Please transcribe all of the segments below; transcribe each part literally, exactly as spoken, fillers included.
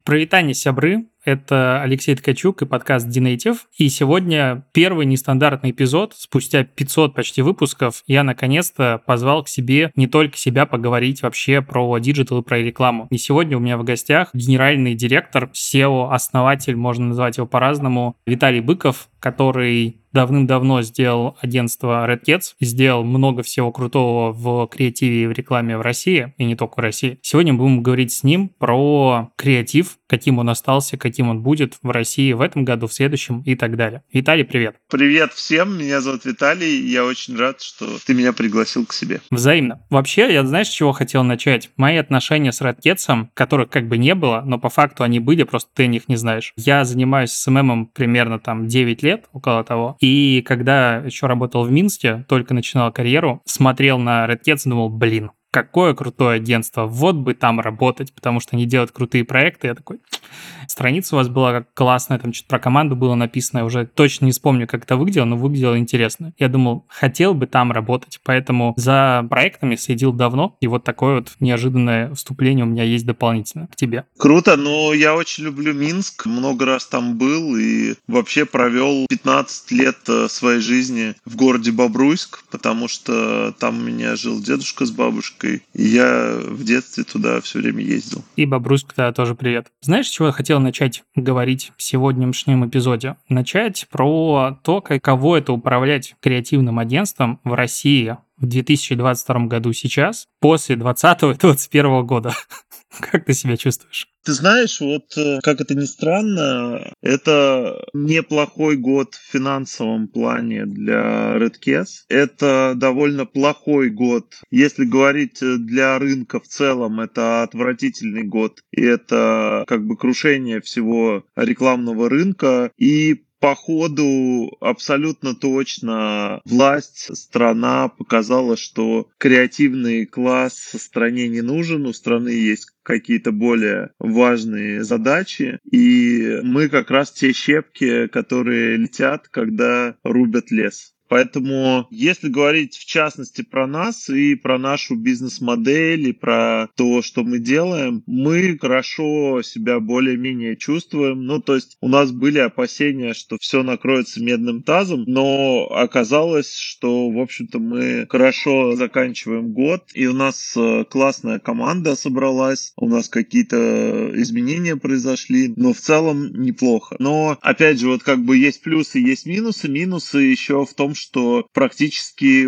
Привет, сябры! Это Алексей Ткачук и подкаст D-Native. И сегодня первый нестандартный эпизод. Спустя пятьсот почти выпусков я наконец-то позвал к себе не только себя поговорить вообще про диджитал и про рекламу. И сегодня у меня в гостях генеральный директор, сео, основатель, можно назвать его по-разному, Виталий Быков, который давным-давно сделал агентство Red Cats, сделал много всего крутого в креативе и в рекламе в России, и не только в России. Сегодня будем говорить с ним про креатив, каким он остался, каким он будет в России в этом году, в следующем и так далее. Виталий, привет. Привет всем, меня зовут Виталий, и я очень рад, что ты меня пригласил к себе. Взаимно. Вообще, я знаешь, с чего хотел начать? Мои отношения с Red Cats, которых как бы не было, но по факту они были, просто ты о них не знаешь. Я занимаюсь эс эм эм примерно там девять лет, около того, и когда еще работал в Минске, только начинал карьеру, смотрел на Red Cats и думал, блин, какое крутое агентство, вот бы там работать, потому что они делают крутые проекты. Я такой, страница у вас была как классная, там что-то про команду было написано, я уже точно не вспомню, как это выглядело, но выглядело интересно. Я думал, хотел бы там работать, поэтому за проектами следил давно, и вот такое вот неожиданное вступление у меня есть дополнительно к тебе. Круто, но я очень люблю Минск, много раз там был и вообще провел пятнадцать лет своей жизни в городе Бобруйск, потому что там у меня жил дедушка с бабушкой, и я в детстве туда все время ездил. И Бобруйск, да, тоже привет. Знаешь, с чего я хотел начать говорить в сегодняшнем эпизоде? Начать про то, каково это управлять креативным агентством в России в две тысячи двадцать втором году сейчас, после двадцатого и двадцать первого года. Как ты себя чувствуешь? Ты знаешь, вот как это ни странно, это неплохой год в финансовом плане для Red Cats. Это довольно плохой год. Если говорить для рынка в целом, это отвратительный год. И это как бы крушение всего рекламного рынка. И по ходу абсолютно точно власть, страна показала, что креативный класс стране не нужен, у страны есть какие-то более важные задачи, и мы как раз те щепки, которые летят, когда рубят лес. Поэтому, если говорить в частности про нас и про нашу бизнес-модель, и про то, что мы делаем, мы хорошо себя более-менее чувствуем. Ну, то есть у нас были опасения, что все накроется медным тазом, но оказалось, что, в общем-то, мы хорошо заканчиваем год, и у нас классная команда собралась, у нас какие-то изменения произошли, но в целом неплохо. Но, опять же, вот как бы есть плюсы, есть минусы. Минусы еще в том, что практически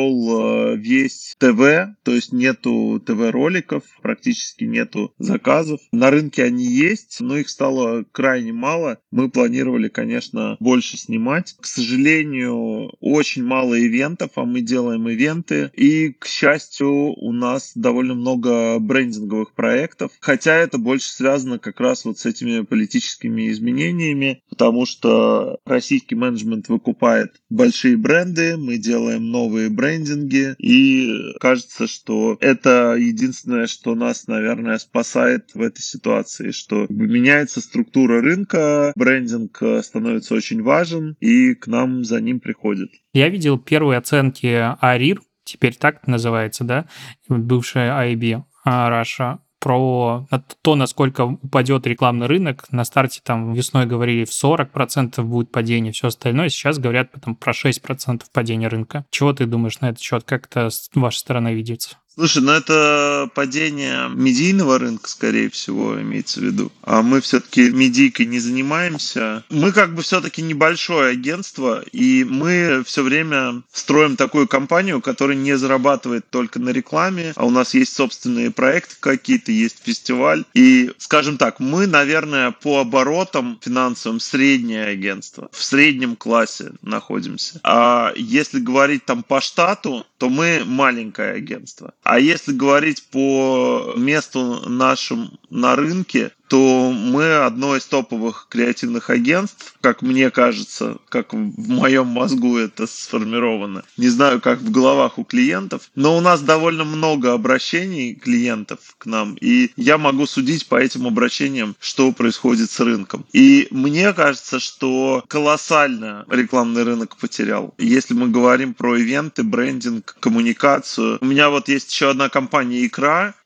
ушел весь ТВ, то есть нету ТВ-роликов, практически нету заказов. На рынке они есть, но их стало крайне мало. Мы планировали, конечно, больше снимать. К сожалению, очень мало ивентов, а мы делаем ивенты. И, к счастью, у нас довольно много брендинговых проектов, хотя это больше связано как раз вот с этими политическими изменениями, потому что российский менеджмент выкупает большие бренды, мы делаем новые брендинги, и кажется, что это единственное, что нас, наверное, спасает в этой ситуации, что меняется структура рынка, брендинг становится очень важен, и к нам за ним приходят. Я видел первые оценки АРИР, теперь так называется, да, бывшая ай би Russia, про то, насколько упадет рекламный рынок. На старте там весной говорили, в сорок процентов будет падение, все остальное. Сейчас говорят потом про шесть процентов падения рынка. Чего ты думаешь на этот счет? Как это с вашей стороны видится? Слушай, ну это падение медийного рынка, скорее всего, имеется в виду. А мы все-таки медийкой не занимаемся. Мы как бы все-таки небольшое агентство, и мы все время строим такую компанию, которая не зарабатывает только на рекламе, а у нас есть собственные проекты какие-то, есть фестиваль. И, скажем так, мы, наверное, по оборотам финансовым среднее агентство. В среднем классе находимся. А если говорить там по штату, то мы маленькое агентство. А если говорить по месту нашему на рынке, то мы одно из топовых креативных агентств, как мне кажется, как в моем мозгу это сформировано. Не знаю, как в головах у клиентов, но у нас довольно много обращений клиентов к нам, и я могу судить по этим обращениям, что происходит с рынком. И мне кажется, что колоссально рекламный рынок потерял. Если мы говорим про ивенты, брендинг, коммуникацию. У меня вот есть еще одна компания «Икра»,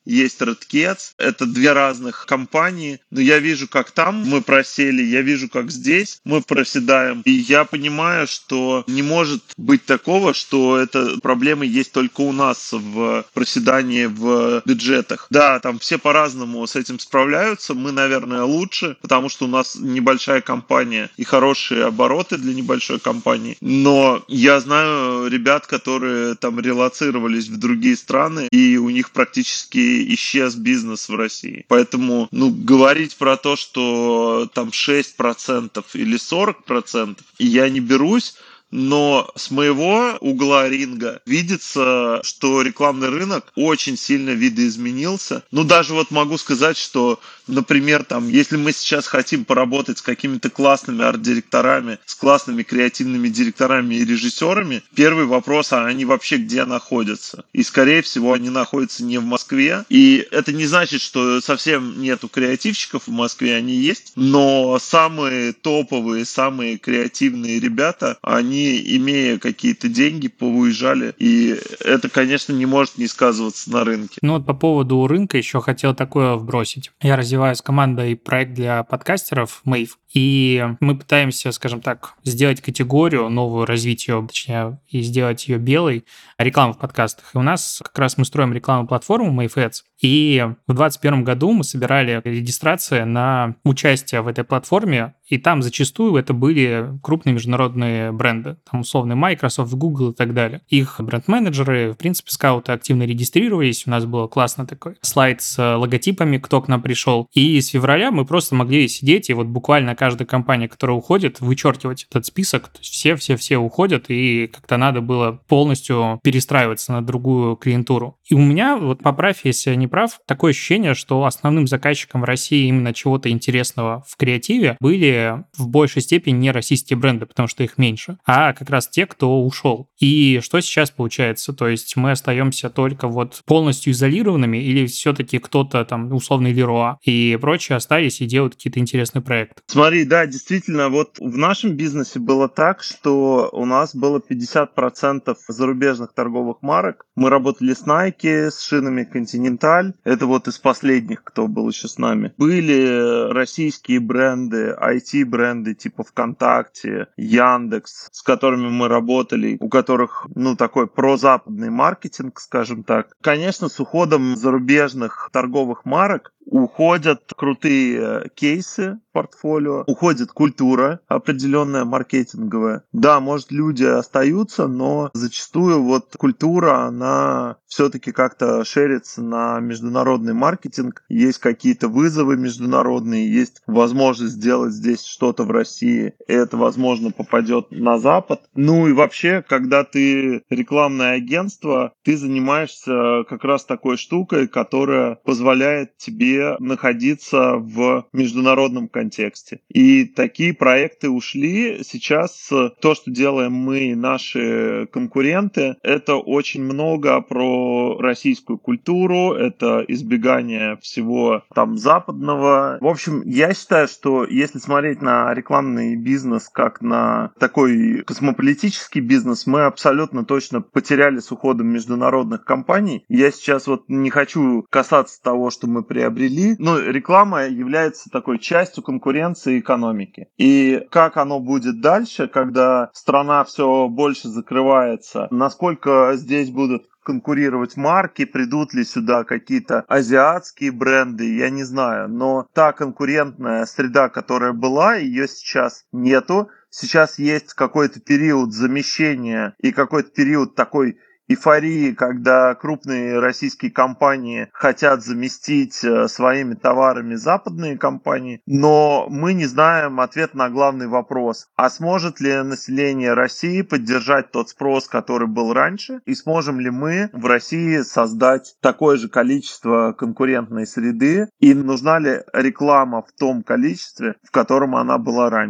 есть RedCats. Это две разных компании. Но я вижу, как там мы просели, я вижу, как здесь мы проседаем. И я понимаю, что не может быть такого, что эта проблема есть только у нас в проседании в бюджетах. Да, там все по-разному с этим справляются. Мы, наверное, лучше, потому что у нас небольшая компания и хорошие обороты для небольшой компании. Но я знаю ребят, которые там релоцировались в другие страны, и у них практически исчез бизнес в России. Поэтому, ну, говорить про то, что там шесть процентов или сорок процентов, я не берусь. Но с моего угла ринга видится, что рекламный рынок очень сильно видоизменился. Ну, даже вот могу сказать, что, например, там, если мы сейчас хотим поработать с какими-то классными арт-директорами, с классными креативными директорами и режиссерами, первый вопрос, а они вообще где находятся? И, скорее всего, они находятся не в Москве. И это не значит, что совсем нету креативщиков в Москве, они есть. Но самые топовые, самые креативные ребята, они, имея какие-то деньги, повыезжали, и это, конечно, не может не сказываться на рынке. Ну вот по поводу рынка еще хотел такое вбросить. Я развиваю с командой проект для подкастеров Мэйв, и мы пытаемся, скажем так, сделать категорию, новую развить ее, точнее, и сделать ее белой, рекламу в подкастах. И у нас как раз мы строим рекламную платформу Мэйв Ads, и в двадцать первом году мы собирали регистрации на участие в этой платформе, и там зачастую это были крупные международные бренды, там условно Microsoft, Google и так далее. Их бренд-менеджеры, в принципе, скауты активно регистрировались, у нас был классный такой слайд с логотипами, кто к нам пришел, и с февраля мы просто могли сидеть, и вот буквально каждая компания, которая уходит, вычеркивать этот список, то есть все-все-все уходят, и как-то надо было полностью перестраиваться на другую клиентуру. И у меня, вот поправь, если я не прав, такое ощущение, что основным заказчиком в России именно чего-то интересного в креативе были в большей степени не российские бренды, потому что их меньше, а как раз те, кто ушел. И что сейчас получается? То есть мы остаемся только вот полностью изолированными, или все-таки кто-то там, условный Леруа и прочие остались и делают какие-то интересные проекты? Смотри, да, действительно, вот в нашем бизнесе было так, что у нас было пятьдесят процентов зарубежных торговых марок. Мы работали с Nike, с шинами Continental. Это вот из последних, кто был еще с нами. Были российские бренды, ай ти-бренды типа ВКонтакте, Яндекс, с которыми мы работали, у которых, ну, такой прозападный маркетинг, скажем так. Конечно, с уходом зарубежных торговых марок уходят крутые кейсы в портфолио, уходит культура определенная маркетинговая. Да, может, люди остаются, но зачастую вот культура, она все-таки как-то шерится на международный маркетинг. Есть какие-то вызовы международные, есть возможность сделать здесь что-то в России, и это, возможно, попадет на Запад. Ну и вообще, когда ты рекламное агентство, ты занимаешься как раз такой штукой, которая позволяет тебе находиться в международном контексте. И такие проекты ушли. Сейчас то, что делаем мы и наши конкуренты, это очень много про российскую культуру, это избегание всего там западного. В общем, я считаю, что если смотреть на рекламный бизнес как на такой космополитический бизнес, мы абсолютно точно потеряли с уходом международных компаний. Я сейчас вот не хочу касаться того, что мы приобрели. Ну, реклама является такой частью конкуренции экономики. И как оно будет дальше, когда страна все больше закрывается, насколько здесь будут конкурировать марки, придут ли сюда какие-то азиатские бренды, я не знаю. Но та конкурентная среда, которая была, ее сейчас нету. Сейчас есть какой-то период замещения и какой-то период такой эйфории, когда крупные российские компании хотят заместить своими товарами западные компании, но мы не знаем ответ на главный вопрос. А сможет ли население России поддержать тот спрос, который был раньше? И сможем ли мы в России создать такое же количество конкурентной среды? И нужна ли реклама в том количестве, в котором она была раньше?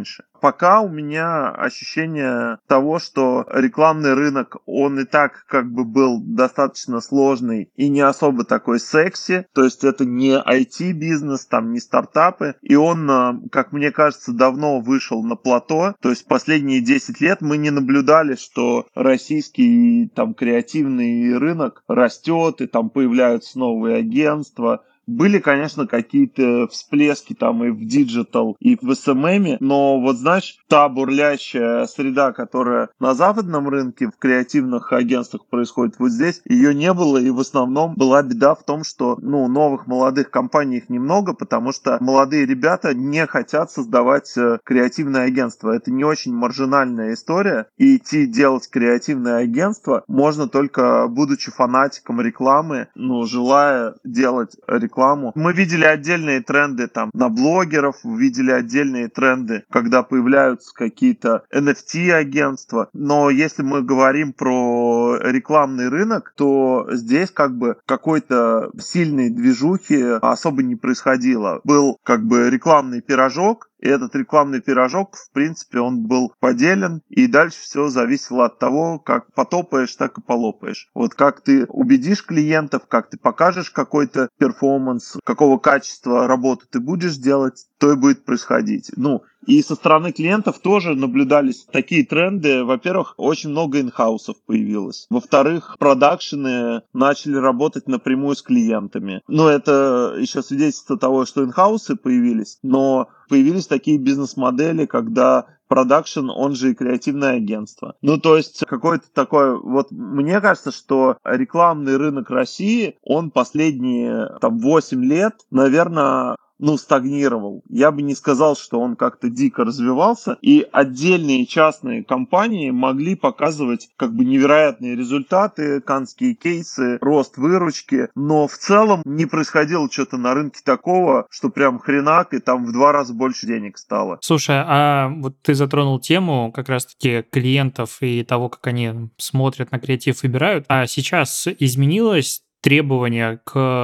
пока у меня ощущение того, что рекламный рынок, он и так как бы был достаточно сложный и не особо такой секси, то есть это не ай ти-бизнес, там не стартапы, и он, как мне кажется, давно вышел на плато, то есть последние десять лет мы не наблюдали, что российский там креативный рынок растет, и там появляются новые агентства. Были, конечно, какие-то всплески там и в диджитал, и в эс эм эм, но вот знаешь, та бурлящая среда, которая на западном рынке в креативных агентствах происходит, вот здесь ее не было, и в основном была беда в том, что ну, новых молодых компаний их немного, потому что молодые ребята не хотят создавать креативное агентство. Это не очень маржинальная история, и идти делать креативное агентство можно только будучи фанатиком рекламы, ну, желая делать рекламу. Рекламу. Мы видели отдельные тренды там на блогеров, видели отдельные тренды, когда появляются какие-то эн эф ти-агентства. Но если мы говорим про рекламный рынок, то здесь как бы какой-то сильной движухи особо не происходило. Был как бы рекламный пирожок, и этот рекламный пирожок, в принципе, он был поделен, и дальше все зависело от того, как потопаешь, так и полопаешь. Вот как ты убедишь клиентов, как ты покажешь какой-то перформанс, какого качества работы ты будешь делать, то и будет происходить. Ну, и со стороны клиентов тоже наблюдались такие тренды. Во-первых, очень много инхаусов появилось. Во-вторых, продакшены начали работать напрямую с клиентами. Ну, это еще свидетельство того, что инхаусы появились, но появились такие бизнес-модели, когда продакшн, он же и креативное агентство. Ну, то есть, какой-то такой... Вот мне кажется, что рекламный рынок России, он последние там восемь лет, наверное, ну, стагнировал. Я бы не сказал, что он как-то дико развивался, и отдельные частные компании могли показывать как бы невероятные результаты, канские кейсы, рост выручки, но в целом не происходило что-то на рынке такого, что прям хренак, и там в два раза больше денег стало. Слушай, а вот ты затронул тему как раз-таки клиентов и того, как они смотрят на креатив, выбирают, а сейчас изменилось требования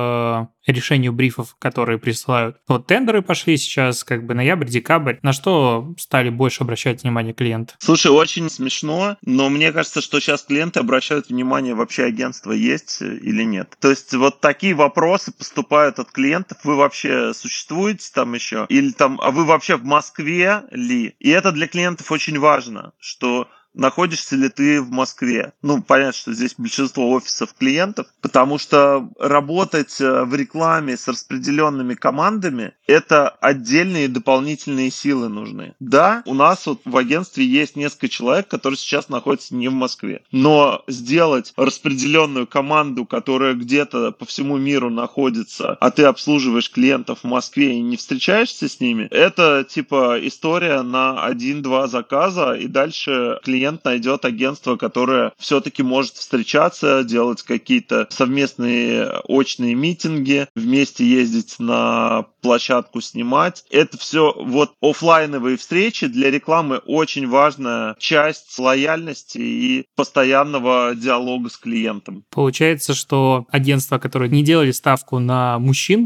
к решению брифов, которые присылают. Вот тендеры пошли сейчас, как бы ноябрь, декабрь. На что стали больше обращать внимание клиенты? Слушай, очень смешно, но мне кажется, что сейчас клиенты обращают внимание, вообще агентство есть или нет. То есть вот такие вопросы поступают от клиентов. Вы вообще существуете там еще? Или там, а вы вообще в Москве ли? И это для клиентов очень важно, что находишься ли ты в Москве. Ну, понятно, что здесь большинство офисов клиентов, потому что работать в рекламе с распределенными командами – это отдельные дополнительные силы нужны. Да, у нас вот в агентстве есть несколько человек, которые сейчас находятся не в Москве, но сделать распределенную команду, которая где-то по всему миру находится, а ты обслуживаешь клиентов в Москве и не встречаешься с ними, это типа история на один-два заказа, и дальше клиент Клиент найдет агентство, которое все-таки может встречаться, делать какие-то совместные очные митинги, вместе ездить на площадку снимать. Это все вот офлайновые встречи для рекламы очень важная часть лояльности и постоянного диалога с клиентом. Получается, что агентства, которые не делали ставку на мужчин,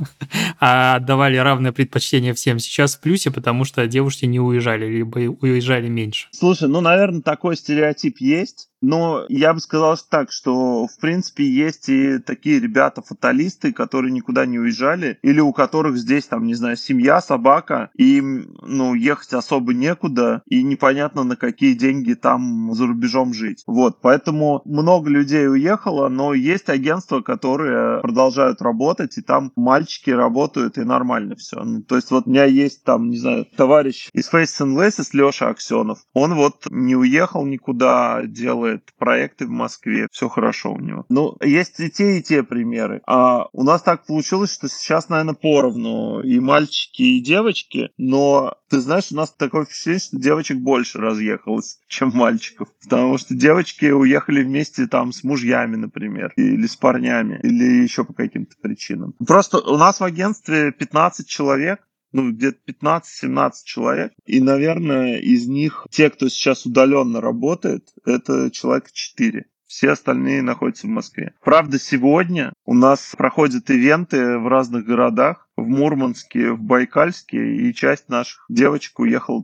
а давали равное предпочтение всем, сейчас в плюсе, потому что девушки не уезжали, либо уезжали меньше. Слушай, ну, наверное, такой стереотип есть. Но я бы сказал так, что в принципе есть и такие ребята-фаталисты, которые никуда не уезжали, или у которых здесь, там, не знаю, семья, собака, и им, ну, ехать особо некуда, и непонятно, на какие деньги там за рубежом жить. Вот, поэтому много людей уехало, но есть агентства, которые продолжают работать, и там мальчики работают, и нормально все. Ну, то есть вот у меня есть там, не знаю, товарищ из Face and Laces, Леша Аксенов, он вот не уехал никуда, делает проекты в Москве, все хорошо у него. Ну, есть и те, и те примеры. А у нас так получилось, что сейчас, наверное, поровну и мальчики, и девочки, но ты знаешь, у нас такое впечатление, что девочек больше разъехалось, чем мальчиков. Потому что девочки уехали вместе там с мужьями, например, или с парнями, или еще по каким-то причинам. Просто у нас в агентстве пятнадцать человек, ну, где-то пятнадцать-семнадцать человек. И, наверное, из них те, кто сейчас удаленно работает, это человек четыре. Все остальные находятся в Москве. Правда, сегодня у нас проходят ивенты в разных городах. В Мурманске, в Байкальске, и часть наших девочек уехала туда.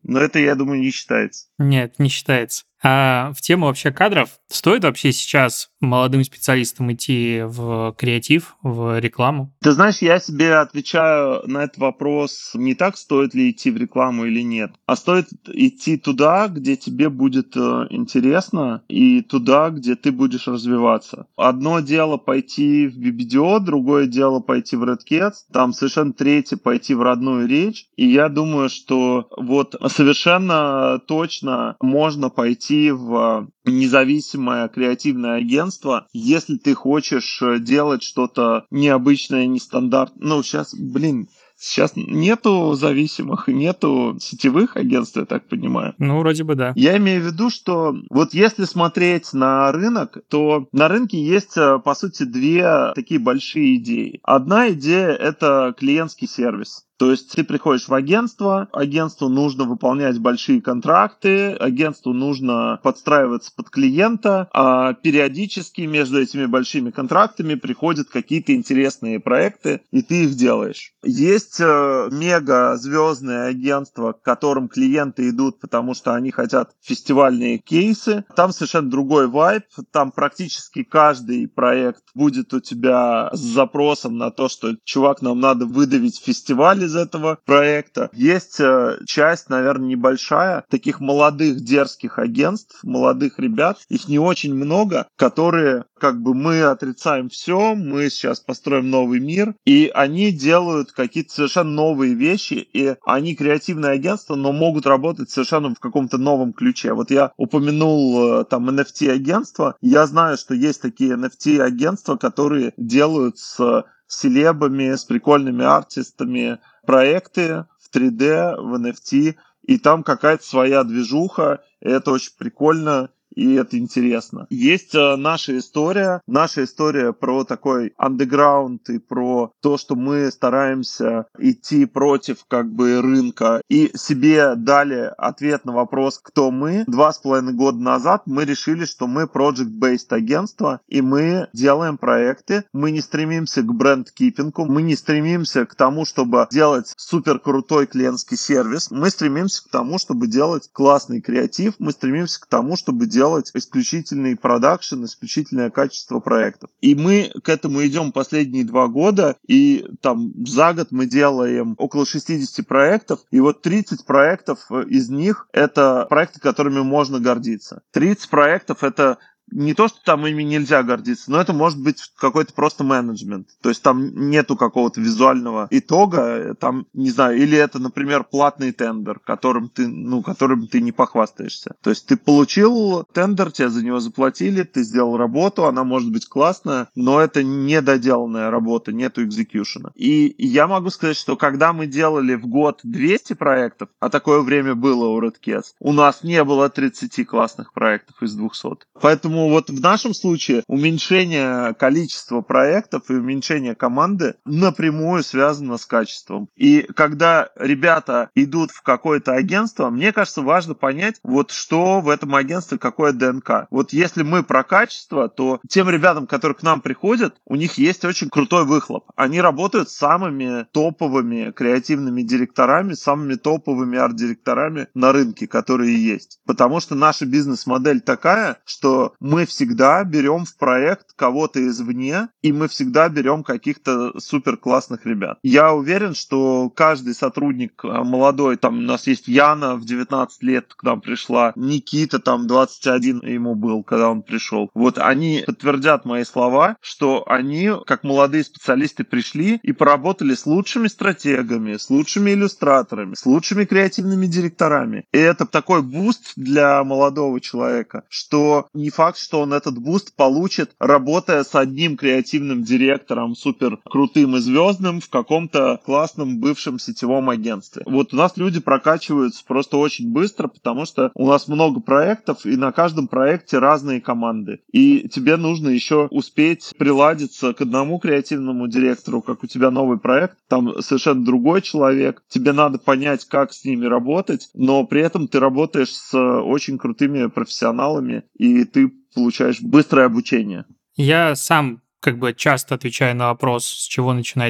Но это, я думаю, не считается. Нет, не считается. А в тему вообще кадров, стоит вообще сейчас молодым специалистам идти в креатив, в рекламу? Ты знаешь, я себе отвечаю на этот вопрос не так, стоит ли идти в рекламу или нет, а стоит идти туда, где тебе будет э, интересно, и туда, где ты будешь развиваться. Одно дело пойти в би би ди о, другое дело пойти в Red Cats, там совершенно третье пойти в родную речь, и я думаю, что вот совершенно точно можно пойти в независимое креативное агентство, если ты хочешь делать что-то необычное, нестандартное. Ну, сейчас, блин, сейчас нету зависимых и нету сетевых агентств, я так понимаю. Ну, вроде бы да. Я имею в виду, что вот если смотреть на рынок, то на рынке есть, э, по сути, две такие большие идеи. Одна идея — это клиентский сервис. То есть ты приходишь в агентство, агентству нужно выполнять большие контракты, агентству нужно подстраиваться под клиента, а периодически между этими большими контрактами приходят какие-то интересные проекты, и ты их делаешь. Есть э, мега-звездные агентства, к которым клиенты идут, потому что они хотят фестивальные кейсы. Там совершенно другой вайб, там практически каждый проект будет у тебя с запросом на то, что, чувак, нам надо выдавить фестиваль из этого проекта. Есть э, часть, наверное, небольшая, таких молодых дерзких агентств, молодых ребят, их не очень много, которые как бы мы отрицаем все, мы сейчас построим новый мир, и они делают какие-то совершенно новые вещи, и они креативное агентство, но могут работать совершенно в каком-то новом ключе. Вот я упомянул э, там эн эф ти-агентство, я знаю, что есть такие эн эф ти-агентства, которые делают с селебами, с прикольными артистами проекты в три дэ, в эн эф ти, и там какая-то своя движуха, и это очень прикольно, и это интересно. Есть э, наша история, наша история про такой андеграунд и про то, что мы стараемся идти против как бы рынка и себе дали ответ на вопрос, кто мы. Два с половиной года назад мы решили, что мы project-based агентство, и мы делаем проекты, мы не стремимся к бренд-кипингу, мы не стремимся к тому, чтобы делать супер крутой клиентский сервис, мы стремимся к тому, чтобы делать классный креатив, мы стремимся к тому, чтобы делать делать исключительный продакшн, исключительное качество проектов. И мы к этому идем последние два года, и там за год мы делаем около шестьдесят проектов, и вот тридцать проектов из них это проекты, которыми можно гордиться. тридцать проектов это не то, что там ими нельзя гордиться, но это может быть какой-то просто менеджмент. То есть там нету какого-то визуального итога, там, не знаю, или это, например, платный тендер, которым ты, ну, которым ты не похвастаешься. То есть ты получил тендер, тебе за него заплатили, ты сделал работу, она может быть классная, но это недоделанная работа, нету экзекьюшена. И я могу сказать, что когда мы делали в год двести проектов, а такое время было у Red Cats, у нас не было тридцать классных проектов из двухсот. Поэтому вот в нашем случае уменьшение количества проектов и уменьшение команды напрямую связано с качеством. И когда ребята идут в какое-то агентство, мне кажется, важно понять, вот что в этом агентстве, какое ДНК. Вот если мы про качество, то тем ребятам, которые к нам приходят, у них есть очень крутой выхлоп. Они работают с самыми топовыми креативными директорами, самыми топовыми арт-директорами на рынке, которые есть. Потому что наша бизнес-модель такая, что мы всегда берем в проект кого-то извне, и мы всегда берем каких-то супер классных ребят. Я уверен, что каждый сотрудник молодой, там у нас есть Яна в девятнадцать лет к нам пришла, Никита там двадцать один ему был, когда он пришел. Вот они подтвердят мои слова, что они, как молодые специалисты, пришли и поработали с лучшими стратегами, с лучшими иллюстраторами, с лучшими креативными директорами. И это такой буст для молодого человека, что не факт, что он этот буст получит, работая с одним креативным директором, супер крутым и звездным в каком-то классном бывшем сетевом агентстве. Вот у нас люди прокачиваются просто очень быстро, потому что у нас много проектов, и на каждом проекте разные команды. И тебе нужно еще успеть приладиться к одному креативному директору, как у тебя новый проект, там совершенно другой человек, тебе надо понять, как с ними работать, но при этом ты работаешь с очень крутыми профессионалами, и ты получаешь быстрое обучение. Я сам как бы часто отвечаю на вопрос, с чего начинать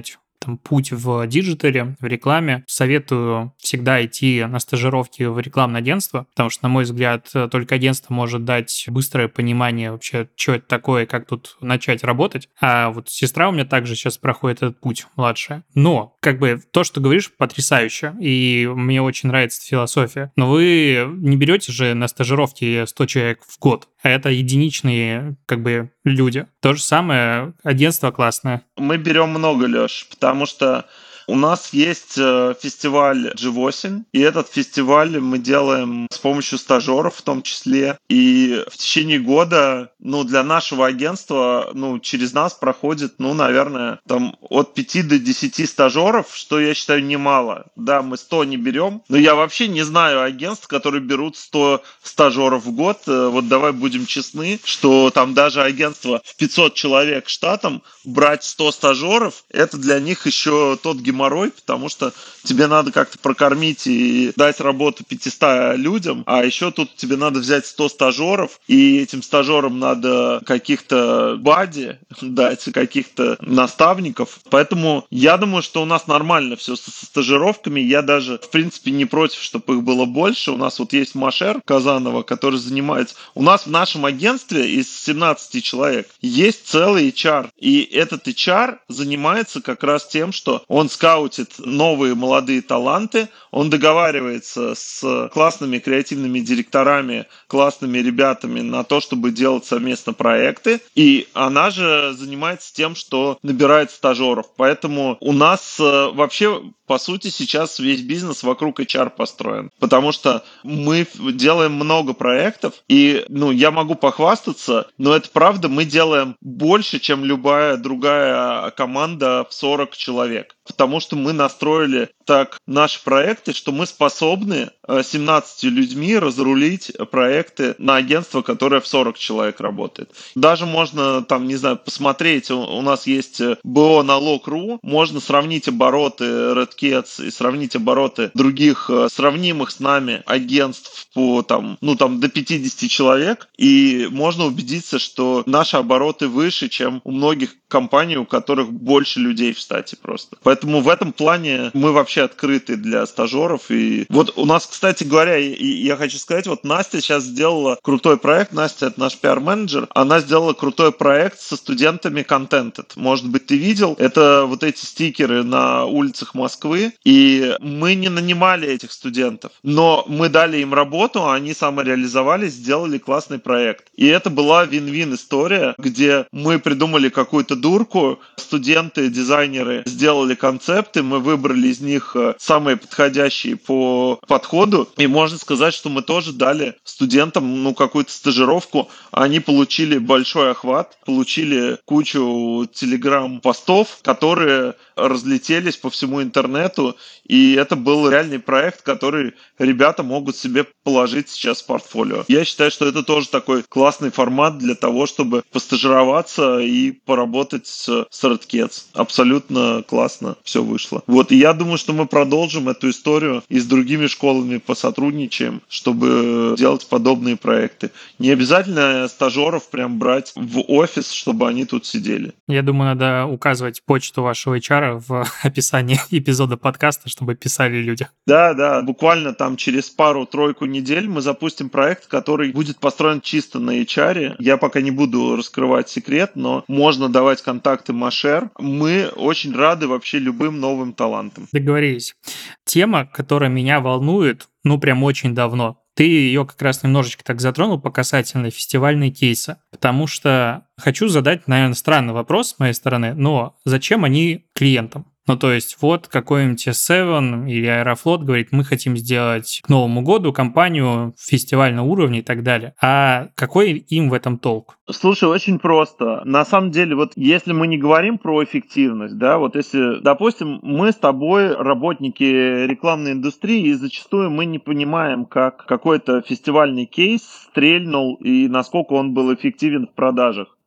там, путь в диджитале, в рекламе, советую всегда идти на стажировки в рекламное агентство, потому что, на мой взгляд, только агентство может дать быстрое понимание вообще, что это такое, как тут начать работать. А вот сестра у меня также сейчас проходит этот путь, младшая. Но, как бы, то, что говоришь, потрясающе, и мне очень нравится эта философия. Но вы не берете же на стажировки сто человек в год, а это единичные, как бы, люди. То же самое, агентство классное. Мы берем много, Лёш, потому что у нас есть э, фестиваль джи восемь, и этот фестиваль мы делаем с помощью стажеров в том числе. И в течение года, ну, для нашего агентства, ну, через нас проходит, ну, наверное, там от пяти до десяти стажеров, что я считаю немало. Да, мы сто не берем, но я вообще не знаю агентств, которые берут сто стажеров в год. Э, Вот давай будем честны, что там даже агентство в пятьсот человек штатом брать сто стажеров, это для них еще тот геморрой, потому что тебе надо как-то прокормить и дать работу пятистам людям, а еще тут тебе надо взять сто стажеров, и этим стажерам надо каких-то бади дать, каких-то наставников. Поэтому я думаю, что у нас нормально все со стажировками. Я даже, в принципе, не против, чтобы их было больше. У нас вот есть Машер Казанова, который занимается... У нас в нашем агентстве из семнадцати человек есть целый эйч ар. И этот эйч ар занимается как раз тем, что он скаутит новые молодые таланты, он договаривается с классными креативными директорами, классными ребятами на то, чтобы делать совместно проекты. И она же занимается тем, что набирает стажеров. Поэтому у нас э, вообще, по сути, сейчас весь бизнес вокруг эйч ар построен. Потому что мы делаем много проектов, и ну, я могу похвастаться, но это правда, мы делаем больше, чем любая другая команда в сорок человек. Потому что мы настроили так наши проекты, что мы способны семнадцатью людьми разрулить проекты на агентство, которое в сорок человек работает. Даже можно, там, не знаю, посмотреть, у, у нас есть би о налог точка ру, можно сравнить обороты RedCats и сравнить обороты других сравнимых с нами агентств по там, ну, там до пятидесяти человек, и можно убедиться, что наши обороты выше, чем у многих компаний, у которых больше людей в штате просто. Поэтому в этом плане мы вообще открыты для стажеров. И вот у нас, кстати говоря, и, и я хочу сказать, вот Настя сейчас сделала крутой проект. Настя — это наш пиар-менеджер. Она сделала крутой проект со студентами Contented. Может быть, ты видел? Это вот эти стикеры на улицах Москвы. И мы не нанимали этих студентов, но мы дали им работу, они самореализовались, сделали классный проект. И это была вин-вин история, где мы придумали какую-то дурку, студенты, дизайнеры сделали концепты, мы выбрали из них самые подходящие по подходу, и можно сказать, что мы тоже дали студентам ну, какую-то стажировку, они получили большой охват, получили кучу телеграм-постов, которые разлетелись по всему интернету, и это был реальный проект, который ребята могут себе положить сейчас в портфолио. Я считаю, что это тоже такой классный формат для того, чтобы постажироваться и поработать с, с RedCats. Абсолютно классно все вышло. Вот, и я думаю, что мы продолжим эту историю и с другими школами посотрудничаем, чтобы делать подобные проекты. Не обязательно стажеров прям брать в офис, чтобы они тут сидели. Я думаю, надо указывать почту вашего эйч ар в описании эпизода подкаста, чтобы писали люди. Да, да, буквально там через пару-тройку недель мы запустим проект, который будет построен чисто на эйч ар. Я пока не буду раскрывать секрет, но можно давать контакты Машер. Мы очень рады вообще любым новым талантам. Договорились. Тема, которая меня волнует, ну, прям очень давно. Ты ее как раз немножечко так затронул по касательно фестивальные кейсы, потому что хочу задать, наверное, странный вопрос с моей стороны, но зачем они клиентам? Ну, то есть, вот какой-нибудь эс семь или Аэрофлот говорит, мы хотим сделать к Новому году компанию фестивального уровня и так далее. А какой им в этом толк? Слушай, очень просто. На самом деле, вот если мы не говорим про эффективность, да, вот если, допустим, мы с тобой работники рекламной индустрии, и зачастую мы не понимаем, как какой-то фестивальный кейс стрельнул и насколько он был эффективен в продажах.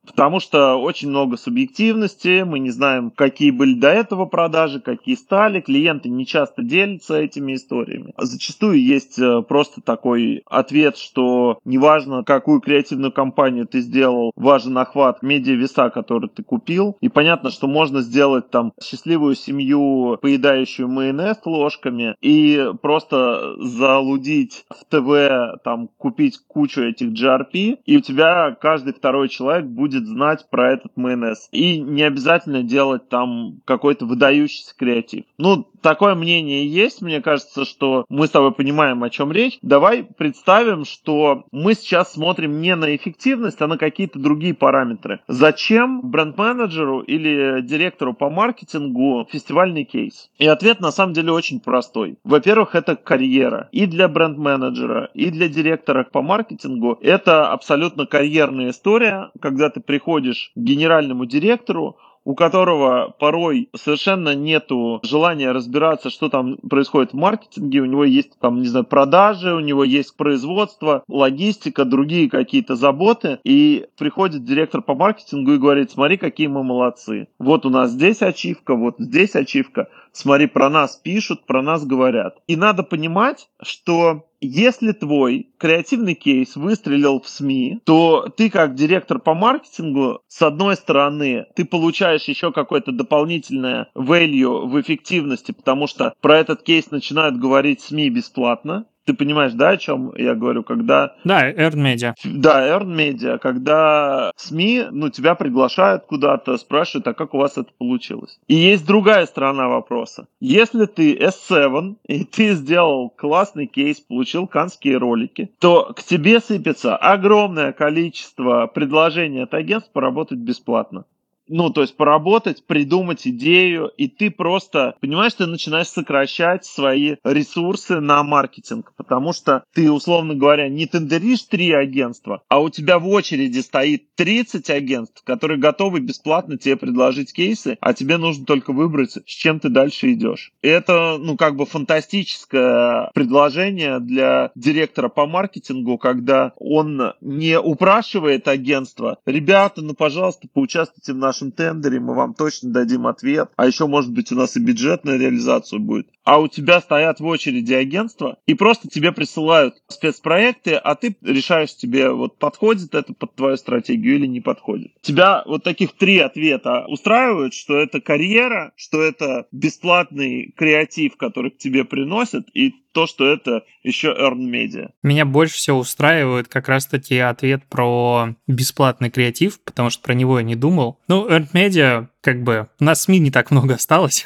Потому что очень много субъективности, мы не знаем, какие были до этого продажи, какие стали, клиенты не часто делятся этими историями. Зачастую есть просто такой ответ, что неважно, какую креативную кампанию ты сделал, важен охват медиавеса, который ты купил. И понятно, что можно сделать там счастливую семью, поедающую майонез ложками, и просто залудить в ТВ, там, купить кучу этих джи ар пи, и у тебя каждый второй человек будет знать про этот майонез. И не обязательно делать там какой-то выдающийся креатив. Ну, такое мнение есть. Мне кажется, что мы с тобой понимаем, о чем речь. Давай представим, что мы сейчас смотрим не на эффективность, а на какие-то другие параметры. Зачем бренд-менеджеру или директору по маркетингу фестивальный кейс? И ответ на самом деле очень простой. Во-первых, это карьера. И для бренд-менеджера, и для директора по маркетингу это абсолютно карьерная история, когда ты приходишь к генеральному директору, у которого порой совершенно нету желания разбираться, что там происходит в маркетинге, у него есть там, не знаю, продажи, у него есть производство, логистика, другие какие-то заботы, и приходит директор по маркетингу и говорит: смотри, какие мы молодцы. Вот у нас здесь ачивка, вот здесь ачивка, смотри, про нас пишут, про нас говорят. И надо понимать, что если твой креативный кейс выстрелил в СМИ, то ты как директор по маркетингу, с одной стороны, ты получаешь еще какое-то дополнительное value в эффективности, потому что про этот кейс начинают говорить СМИ бесплатно. Ты понимаешь, да, о чем я говорю, когда... Да, Earned Media. Да, Earned Media, когда СМИ, ну, тебя приглашают куда-то, спрашивают, а как у вас это получилось? И есть другая сторона вопроса. Если ты эс семь, и ты сделал классный кейс, получил канские ролики, то к тебе сыпется огромное количество предложений от агентств поработать бесплатно. Ну, то есть поработать, придумать идею, и ты просто, понимаешь, ты начинаешь сокращать свои ресурсы на маркетинг, потому что ты, условно говоря, не тендеришь три агентства, а у тебя в очереди стоит тридцать агентств, которые готовы бесплатно тебе предложить кейсы, а тебе нужно только выбрать, с чем ты дальше идешь. И это, ну, как бы фантастическое предложение для директора по маркетингу, когда он не упрашивает агентство: ребята, ну, пожалуйста, поучаствуйте в нашем тендере, мы вам точно дадим ответ, а еще, может быть, у нас и бюджетная реализация будет. А у тебя стоят в очереди агентства и просто тебе присылают спецпроекты, а ты решаешь, тебе вот подходит это под твою стратегию или не подходит. Тебя вот таких три ответа устраивают, что это карьера, что это бесплатный креатив, который к тебе приносят, и то, что это еще earned media. Меня больше всего устраивает как раз-таки ответ про бесплатный креатив, потому что про него я не думал. Ну, earned media, как бы, у нас СМИ не так много осталось.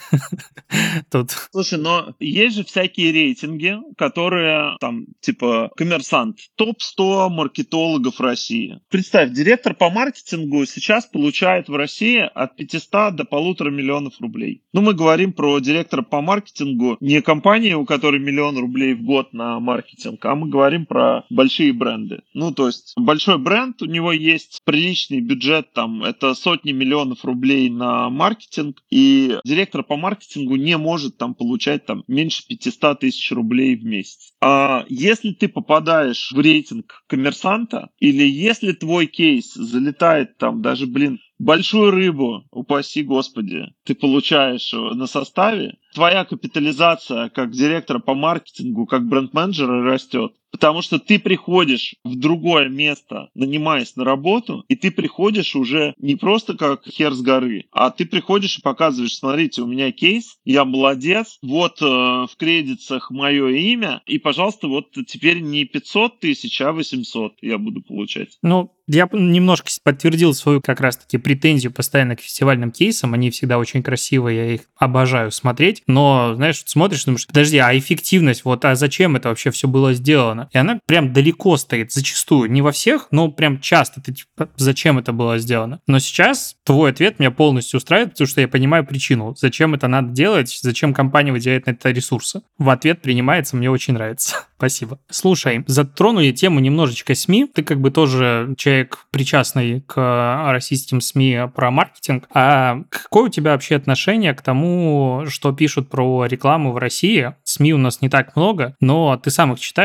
Тут. Слушай, но есть же всякие рейтинги, которые там, типа, Коммерсант, топ сто маркетологов России. Представь, директор по маркетингу сейчас получает в России от пятисот до полутора миллионов рублей. Ну, мы говорим про директора по маркетингу не компании, у которой миллион рублей в год на маркетинг, а мы говорим про большие бренды. Ну, то есть большой бренд, у него есть приличный бюджет, там, это сотни миллионов рублей на маркетинг, и директор по маркетингу не может там получать там меньше пятьсот тысяч рублей в месяц. А если ты попадаешь в рейтинг Коммерсанта, или если твой кейс залетает там даже, блин, большую рыбу, упаси господи, ты получаешь на составе, твоя капитализация как директора по маркетингу, как бренд-менеджера растет. Потому что ты приходишь в другое место, нанимаясь на работу, и ты приходишь уже не просто как хер с горы, а ты приходишь и показываешь: смотрите, у меня кейс, я молодец, вот э, в кредитах мое имя, и, пожалуйста, вот теперь не пятьсот тысяч, а восемьсот я буду получать. Ну, я немножко подтвердил свою как раз-таки претензию постоянно к фестивальным кейсам. Они всегда очень красивые, я их обожаю смотреть. Но, знаешь, смотришь, думаешь: подожди, а эффективность, вот, а зачем это вообще все было сделано? И она прям далеко стоит, зачастую. Не во всех, но прям часто. Ты типа, зачем это было сделано? Но сейчас твой ответ меня полностью устраивает, потому что я понимаю причину, зачем это надо делать, зачем компания выделяет на это ресурсы. В ответ принимается, мне очень нравится. Спасибо. Слушай, затронули тему немножечко СМИ. Ты как бы тоже человек, причастный к российским СМИ про маркетинг. А какое у тебя вообще отношение к тому, что пишут про рекламу в России? СМИ у нас не так много, но ты сам их читаешь.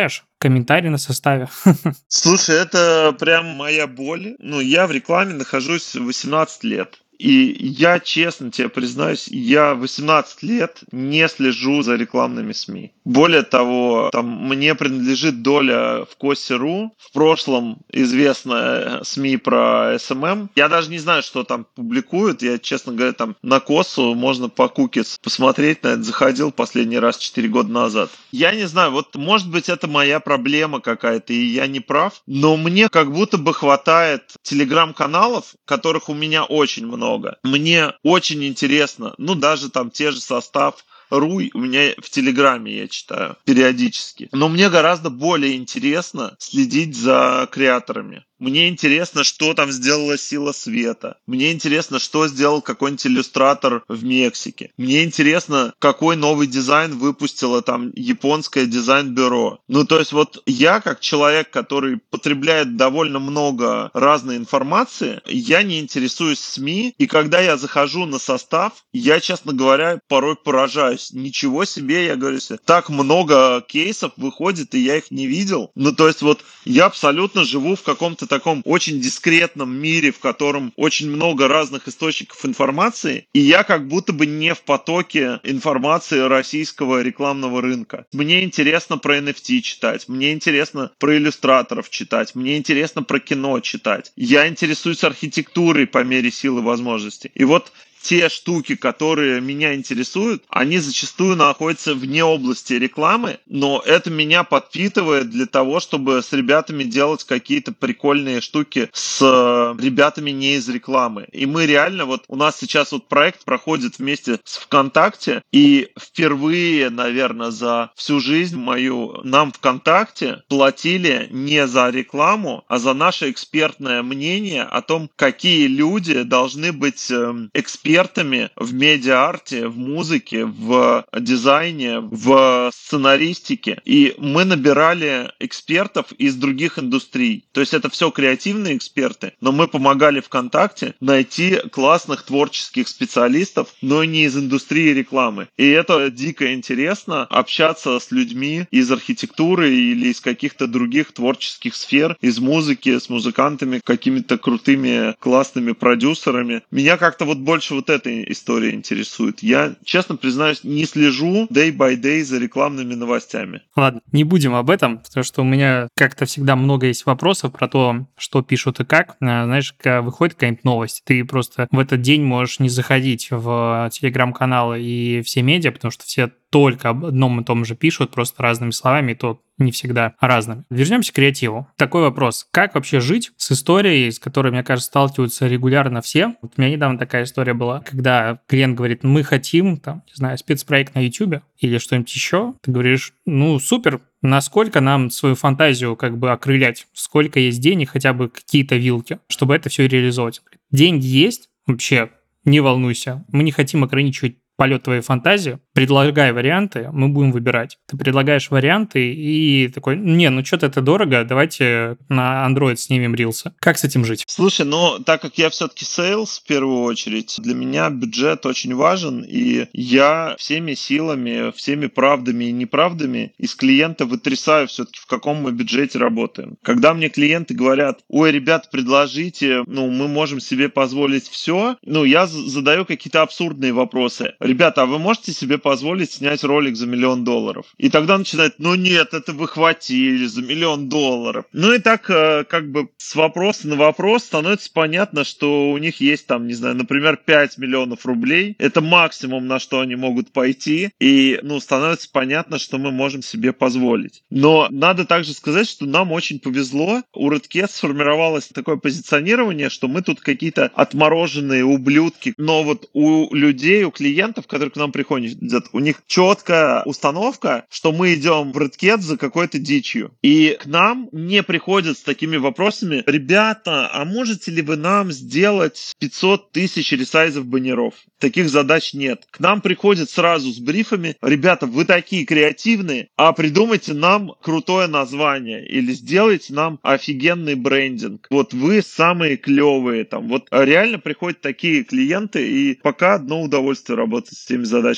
комментарий на составе. Слушай, это прям моя боль. Ну, я в рекламе нахожусь восемнадцать лет. И я, честно тебе признаюсь, я восемнадцать лет не слежу за рекламными СМИ. Более того, там мне принадлежит доля в Косе.ру, в прошлом известная СМИ про эс эм эм. Я даже не знаю, что там публикуют. Я, честно говоря, там на Косу можно по кукис посмотреть, на это заходил последний раз четыре года назад. Я не знаю, вот может быть это моя проблема какая-то, и я не прав, но мне как будто бы хватает телеграм-каналов, которых у меня очень много. Много. Мне очень интересно, ну даже там те же состав Руй у меня в Телеграме я читаю периодически. Но мне гораздо более интересно следить за креаторами. Мне интересно, что там сделала Сила Света. Мне интересно, что сделал какой-нибудь иллюстратор в Мексике. Мне интересно, какой новый дизайн выпустило там японское дизайн-бюро. Ну, то есть вот я, как человек, который потребляет довольно много разной информации, я не интересуюсь СМИ, и когда я захожу на состав, я, честно говоря, порой поражаюсь. Ничего себе, я говорю себе, так много кейсов выходит, и я их не видел. Ну, то есть вот я абсолютно живу в каком-то таком очень дискретном мире, в котором очень много разных источников информации, и я как будто бы не в потоке информации российского рекламного рынка. Мне интересно про эн эф ти читать, мне интересно про иллюстраторов читать, мне интересно про кино читать. Я интересуюсь архитектурой по мере силы возможностей. И вот те штуки, которые меня интересуют, они зачастую находятся вне области рекламы, но это меня подпитывает для того, чтобы с ребятами делать какие-то прикольные штуки с ребятами не из рекламы. И мы реально, вот у нас сейчас вот проект проходит вместе с ВКонтакте, и впервые, наверное, за всю жизнь мою нам ВКонтакте платили не за рекламу, а за наше экспертное мнение о том, какие люди должны быть экспертами экспертами в медиа-арте, в музыке, в дизайне, в сценаристике. И мы набирали экспертов из других индустрий. То есть это все креативные эксперты, но мы помогали ВКонтакте найти классных творческих специалистов, но не из индустрии рекламы. И это дико интересно общаться с людьми из архитектуры или из каких-то других творческих сфер, из музыки, с музыкантами, какими-то крутыми классными продюсерами. Меня как-то вот больше вот эта история интересует. Я, честно признаюсь, не слежу day by day за рекламными новостями. Ладно, не будем об этом, потому что у меня как-то всегда много есть вопросов про то, что пишут и как. Знаешь, когда выходит какая-нибудь новость, ты просто в этот день можешь не заходить в телеграм-каналы и все медиа, потому что все только об одном и том же пишут, просто разными словами, и то не всегда разными. Вернемся к креативу. Такой вопрос. Как вообще жить с историей, с которой, мне кажется, сталкиваются регулярно все? Вот у меня недавно такая история была, когда клиент говорит, мы хотим, там, не знаю, спецпроект на YouTube или что-нибудь еще. Ты говоришь, ну, супер, насколько нам свою фантазию как бы окрылять, сколько есть денег, хотя бы какие-то вилки, чтобы это все реализовать. Деньги есть, вообще, не волнуйся, мы не хотим ограничивать полет твоей фантазии, предлагай варианты, мы будем выбирать. Ты предлагаешь варианты и такой, не, ну что-то это дорого, давайте на Android снимем рилсы. Как с этим жить? Слушай, ну так как я все-таки сейлс в первую очередь, для меня бюджет очень важен, и я всеми силами, всеми правдами и неправдами из клиента вытрясаю все-таки, в каком мы бюджете работаем. Когда мне клиенты говорят, ой, ребят, предложите, ну мы можем себе позволить все, ну я задаю какие-то абсурдные вопросы. Ребята, а вы можете себе позволить снять ролик за миллион долларов? И тогда начинает, ну нет, это вы хватили за миллион долларов. Ну и так как бы с вопроса на вопрос становится понятно, что у них есть там, не знаю, например, пять миллионов рублей. Это максимум, на что они могут пойти. И, ну, становится понятно, что мы можем себе позволить. Но надо также сказать, что нам очень повезло. У Redcat сформировалось такое позиционирование, что мы тут какие-то отмороженные ублюдки. Но вот у людей, у клиентов, которые к нам приходят, у них четкая установка, что мы идем в Redcat за какой-то дичью. И к нам не приходят с такими вопросами, ребята, а можете ли вы нам сделать пятьсот тысяч ресайзов баннеров? Таких задач нет. К нам приходят сразу с брифами, ребята, вы такие креативные, а придумайте нам крутое название или сделайте нам офигенный брендинг. Вот вы самые клевые там. Вот реально приходят такие клиенты, и пока одно удовольствие работать с теми задачами, которые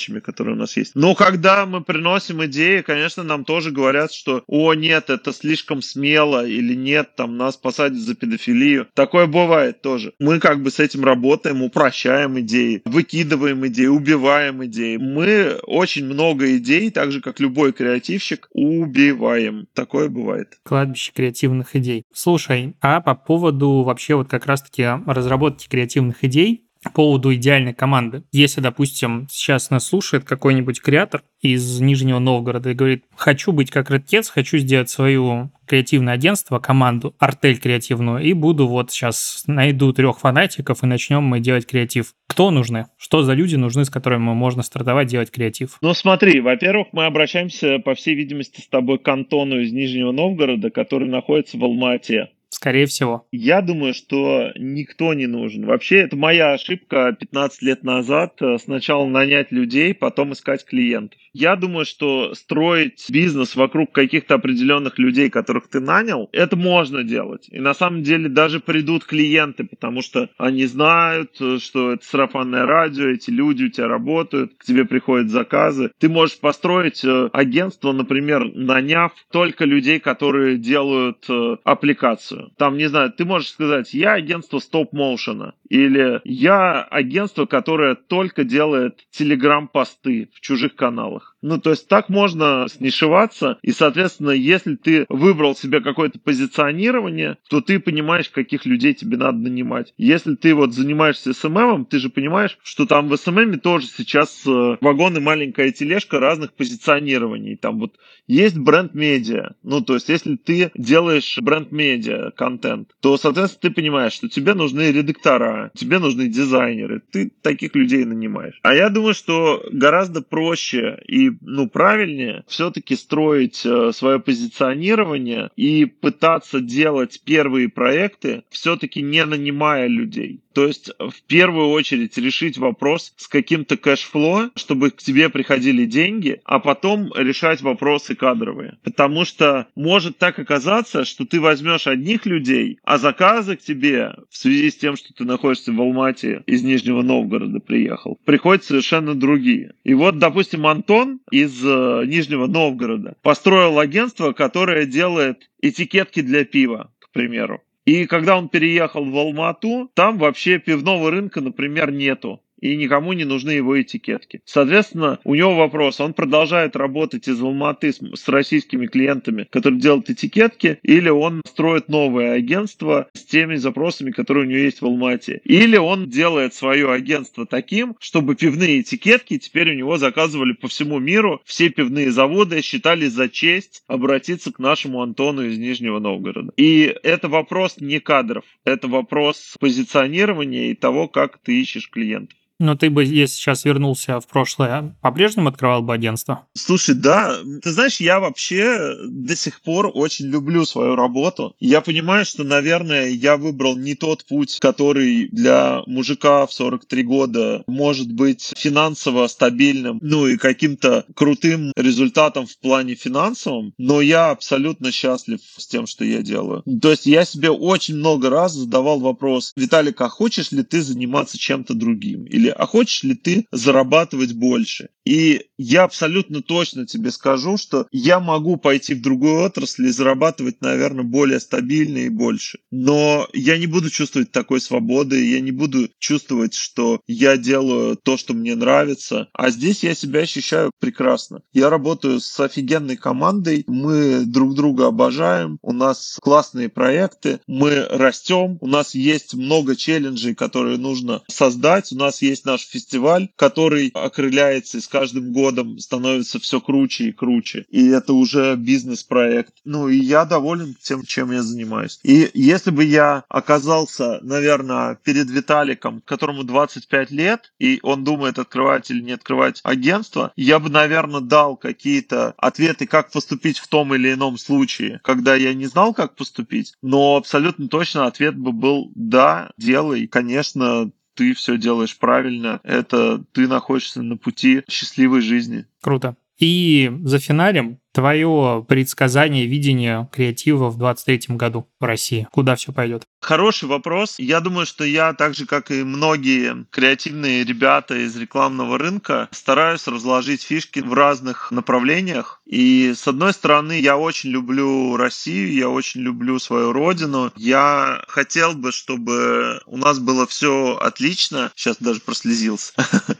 которые у нас есть. Но когда мы приносим идеи, конечно, нам тоже говорят, что «О, нет, это слишком смело» или «Нет, там нас посадят за педофилию». Такое бывает тоже. Мы как бы с этим работаем, упрощаем идеи, выкидываем идеи, убиваем идеи. Мы очень много идей, так же, как любой креативщик, убиваем. Такое бывает. Кладбище креативных идей. Слушай, а по поводу вообще вот как раз-таки разработки креативных идей, по поводу идеальной команды. Если, допустим, сейчас нас слушает какой-нибудь креатор из Нижнего Новгорода и говорит, хочу быть как Redcats, хочу сделать свое креативное агентство, команду, артель креативную, и буду вот сейчас найду трех фанатиков и начнем мы делать креатив. Кто нужны? Что за люди нужны, с которыми можно стартовать делать креатив? Ну смотри, во-первых, мы обращаемся, по всей видимости, с тобой к Антону из Нижнего Новгорода, который находится в Алма-Ате. Скорее всего. Я думаю, что никто не нужен. Вообще, это моя ошибка пятнадцать лет назад. Сначала нанять людей, потом искать клиентов. Я думаю, что строить бизнес вокруг каких-то определенных людей, которых ты нанял, это можно делать. И на самом деле даже придут клиенты, потому что они знают, что это сарафанное радио, эти люди у тебя работают, к тебе приходят заказы. Ты можешь построить агентство, например, наняв только людей, которые делают аппликацию. Там, не знаю, ты можешь сказать, я агентство стоп-моушена, или я агентство, которое только делает телеграм-посты в чужих каналах. Ну, то есть так можно снишеваться, и, соответственно, если ты выбрал себе какое-то позиционирование, то ты понимаешь, каких людей тебе надо нанимать. Если ты вот занимаешься эс эм эм, ты же понимаешь, что там в эс эм эм тоже сейчас вагон и маленькая тележка разных позиционирований. Там вот есть бренд-медиа. Ну, то есть если ты делаешь бренд-медиа контент, то, соответственно, ты понимаешь, что тебе нужны редактора, тебе нужны дизайнеры. Ты таких людей нанимаешь. А я думаю, что гораздо проще и ну, правильнее все-таки строить э, свое позиционирование и пытаться делать первые проекты, все-таки не нанимая людей. То есть в первую очередь решить вопрос с каким-то кэшфло, чтобы к тебе приходили деньги, а потом решать вопросы кадровые. Потому что может так оказаться, что ты возьмешь одних людей, а заказы к тебе в связи с тем, что ты находишься в Алма-Ате, из Нижнего Новгорода приехал, приходят совершенно другие. И вот, допустим, Антон из э, Нижнего Новгорода построил агентство, которое делает этикетки для пива, к примеру. И когда он переехал в Алма-Ату, там вообще пивного рынка, например, нету. И никому не нужны его этикетки. Соответственно, у него вопрос, он продолжает работать из Алма-Аты с, с российскими клиентами, которые делают этикетки, или он строит новое агентство с теми запросами, которые у него есть в Алма-Ате. Или он делает свое агентство таким, чтобы пивные этикетки теперь у него заказывали по всему миру, все пивные заводы считали за честь обратиться к нашему Антону из Нижнего Новгорода. И это вопрос не кадров, это вопрос позиционирования и того, как ты ищешь клиентов. Но ты бы, если сейчас вернулся в прошлое, по-прежнему открывал бы агентство? Слушай, да, ты знаешь, я вообще до сих пор очень люблю свою работу. Я понимаю, что, наверное, я выбрал не тот путь, который для мужика в сорок три года может быть финансово стабильным, ну и каким-то крутым результатом в плане финансовом, но я абсолютно счастлив с тем, что я делаю. То есть я себе очень много раз задавал вопрос: Виталик, а хочешь ли ты заниматься чем-то другим? Или а хочешь ли ты зарабатывать больше? И я абсолютно точно тебе скажу, что я могу пойти в другую отрасль и зарабатывать, наверное, более стабильно и больше. Но я не буду чувствовать такой свободы, я не буду чувствовать, что я делаю то, что мне нравится. А здесь я себя ощущаю прекрасно. Я работаю с офигенной командой, мы друг друга обожаем, у нас классные проекты, мы растем, у нас есть много челленджей, которые нужно создать, у нас есть наш фестиваль, который окрыляется и с каждым годом становится все круче и круче. И это уже бизнес-проект. Ну и я доволен тем, чем я занимаюсь. И если бы я оказался, наверное, перед Виталиком, которому двадцать пять лет, и он думает, открывать или не открывать агентство, я бы, наверное, дал какие-то ответы, как поступить в том или ином случае, когда я не знал, как поступить. Но абсолютно точно ответ бы был: да, делай. Конечно, ты все делаешь правильно, это ты находишься на пути счастливой жизни. Круто. И за финалем Твое предсказание, видение креатива в двадцать третьем году в России? Куда все пойдет? Хороший вопрос. Я думаю, что я, так же, как и многие креативные ребята из рекламного рынка, стараюсь разложить фишки в разных направлениях. И, с одной стороны, я очень люблю Россию, я очень люблю свою родину. Я хотел бы, чтобы у нас было все отлично. Сейчас даже прослезился.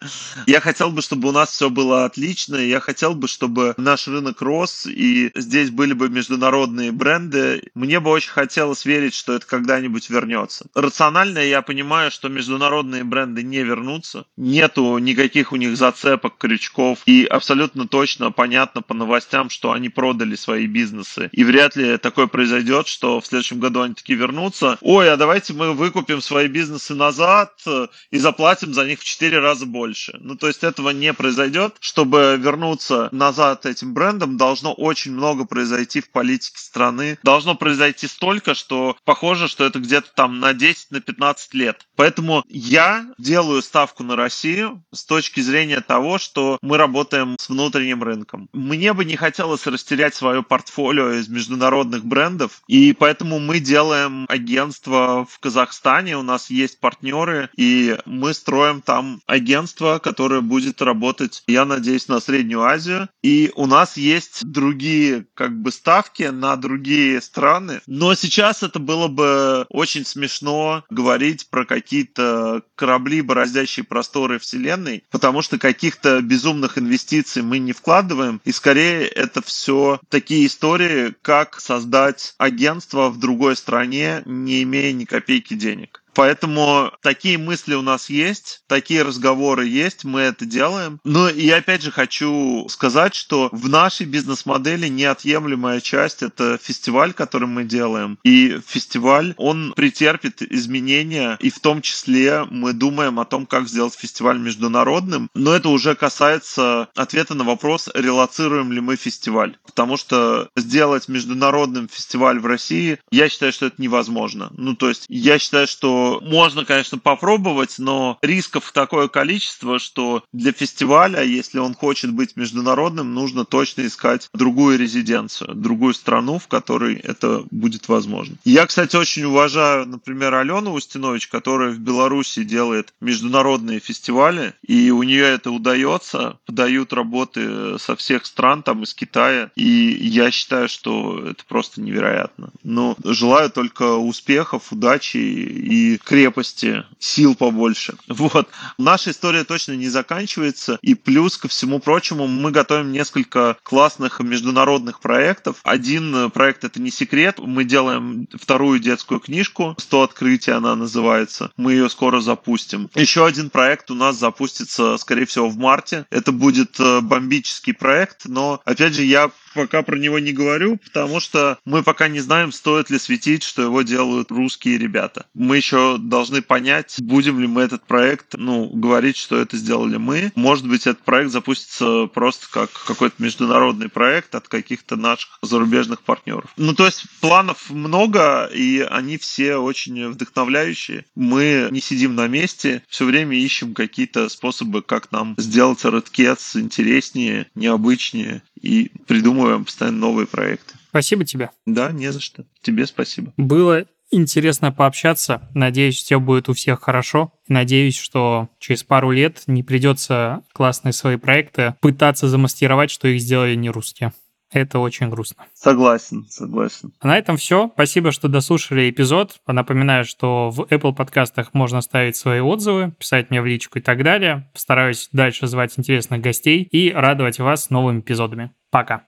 Я хотел бы, чтобы у нас все было отлично. Я хотел бы, чтобы наш рынок рос, и здесь были бы международные бренды. Мне бы очень хотелось верить, что это когда-нибудь вернется. Рационально я понимаю, что международные бренды не вернутся. Нету никаких у них зацепок, крючков. И абсолютно точно понятно по новостям, что они продали свои бизнесы. И вряд ли такое произойдет, что в следующем году они таки вернутся. Ой, а давайте мы выкупим свои бизнесы назад и заплатим за них в четыре раза больше. Ну, то есть этого не произойдет. Чтобы вернуться назад этим брендам, должно очень много произойти в политике страны. Должно произойти столько, что похоже, что это где-то там на десять на пятнадцать лет. Поэтому я делаю ставку на Россию с точки зрения того, что мы работаем с внутренним рынком. Мне бы не хотелось растерять свое портфолио из международных брендов, и поэтому мы делаем агентство в Казахстане, у нас есть партнеры, и мы строим там агентство, которое будет работать, я надеюсь, на Среднюю Азию. И у нас есть другие как бы ставки на другие страны, но сейчас это было бы очень смешно говорить про какие-то корабли, бороздящие просторы Вселенной, потому что каких-то безумных инвестиций мы не вкладываем, и скорее это все такие истории, как создать агентство в другой стране, не имея ни копейки денег. Поэтому такие мысли у нас есть, такие разговоры есть, мы это делаем. Но и опять же хочу сказать, что в нашей бизнес-модели неотъемлемая часть — это фестиваль, который мы делаем. И фестиваль, он претерпит изменения, и в том числе мы думаем о том, как сделать фестиваль международным. Но это уже касается ответа на вопрос, релоцируем ли мы фестиваль. Потому что сделать международным фестиваль в России, я считаю, что это невозможно. Ну, то есть я считаю, что можно, конечно, попробовать, но рисков такое количество, что для фестиваля, если он хочет быть международным, нужно точно искать другую резиденцию, другую страну, в которой это будет возможно. Я, кстати, очень уважаю, например, Алену Устинович, которая в Беларуси делает международные фестивали, и у нее это удается, подают работы со всех стран, там из Китая, и я считаю, что это просто невероятно. Но желаю только успехов, удачи и крепости, сил побольше. Вот. Наша история точно не заканчивается. И плюс ко всему прочему, мы готовим несколько классных международных проектов. Один проект — это не секрет. Мы делаем вторую детскую книжку. «сто открытий» она называется. Мы ее скоро запустим. Еще один проект у нас запустится, скорее всего, в марте. Это будет бомбический проект, но, опять же, я пока про него не говорю, потому что мы пока не знаем, стоит ли светить, что его делают русские ребята. Мы еще должны понять, будем ли мы этот проект, ну, говорить, что это сделали мы. Может быть, этот проект запустится просто как какой-то международный проект от каких-то наших зарубежных партнеров. Ну, то есть планов много, и они все очень вдохновляющие. Мы не сидим на месте, все время ищем какие-то способы, как нам сделать RedCats интереснее, необычнее, и придумываем постоянно новые проекты. Спасибо тебе. Да, не за что. Тебе спасибо. Было интересно пообщаться. Надеюсь, все будет у всех хорошо. Надеюсь, что через пару лет не придется классные свои проекты пытаться замаскировать, что их сделали не русские. Это очень грустно. Согласен, согласен. А на этом все. Спасибо, что дослушали эпизод. Напоминаю, что в Apple подкастах можно ставить свои отзывы, писать мне в личку и так далее. Постараюсь дальше звать интересных гостей и радовать вас новыми эпизодами. Пока.